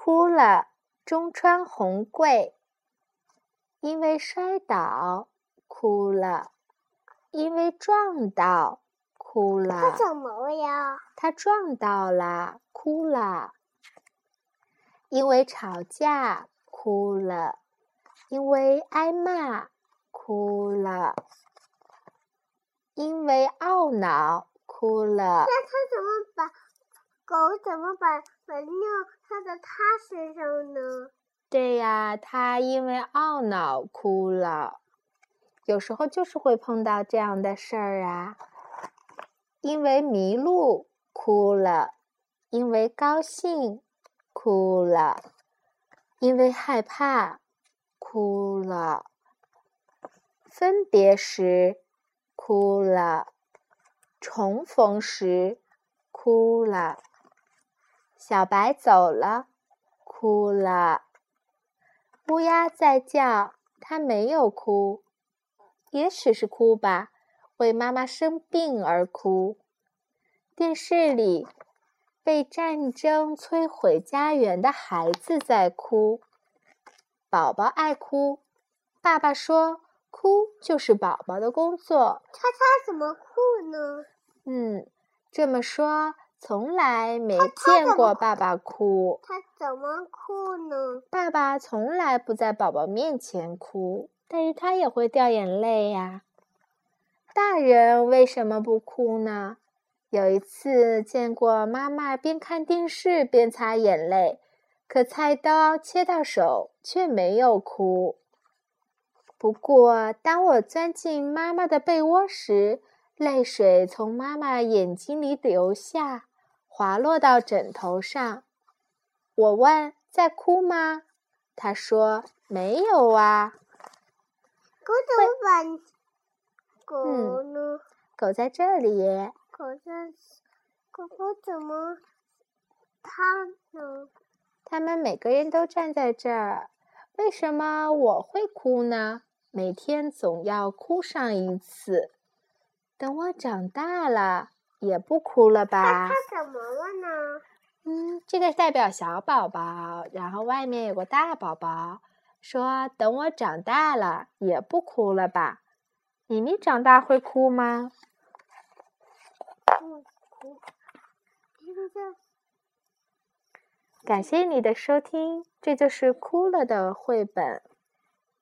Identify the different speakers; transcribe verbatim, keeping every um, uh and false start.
Speaker 1: 哭了，中川红贵。因为摔倒，哭了。因为撞到，哭了。
Speaker 2: 他怎么了呀？
Speaker 1: 他撞到了，哭了。因为吵架，哭了。因为挨骂，哭了。因为懊恼，哭了。
Speaker 2: 那他怎么把狗怎么把把尿擦在他身上呢？
Speaker 1: 对呀，他因为懊恼哭了。有时候就是会碰到这样的事儿啊。因为迷路，哭了。因为高兴，哭了。因为害怕，哭了。分别时，哭了。重逢时，哭了。小白走了，哭了。乌鸦在叫，它没有哭，也许是哭吧，为妈妈生病而哭。电视里，被战争摧毁家园的孩子在哭。宝宝爱哭，爸爸说，哭就是宝宝的工作。
Speaker 2: 他他怎么哭呢？
Speaker 1: 嗯，这么说，从来没见过爸爸哭。
Speaker 2: 他怎么哭呢？
Speaker 1: 爸爸从来不在宝宝面前哭，但是他也会掉眼泪呀。大人为什么不哭呢？有一次见过妈妈边看电视边擦眼泪，可菜刀切到手却没有哭。不过当我钻进妈妈的被窝时，泪水从妈妈眼睛里流下，滑落到枕头上。我问，在哭吗？她说，没有啊。
Speaker 2: 狗怎么把狗呢？
Speaker 1: 嗯、狗在这里。
Speaker 2: 狗在，狗狗怎么它呢？
Speaker 1: 他们每个人都站在这儿，为什么我会哭呢？每天总要哭上一次。等我长大了，也不哭了吧？
Speaker 2: 它它怎么了呢？
Speaker 1: 嗯，这个代表小宝宝，然后外面有个大宝宝，说等我长大了，也不哭了吧？妮妮长大会哭吗？
Speaker 2: 不哭。现在。
Speaker 1: 感谢你的收听，这就是哭了的绘本。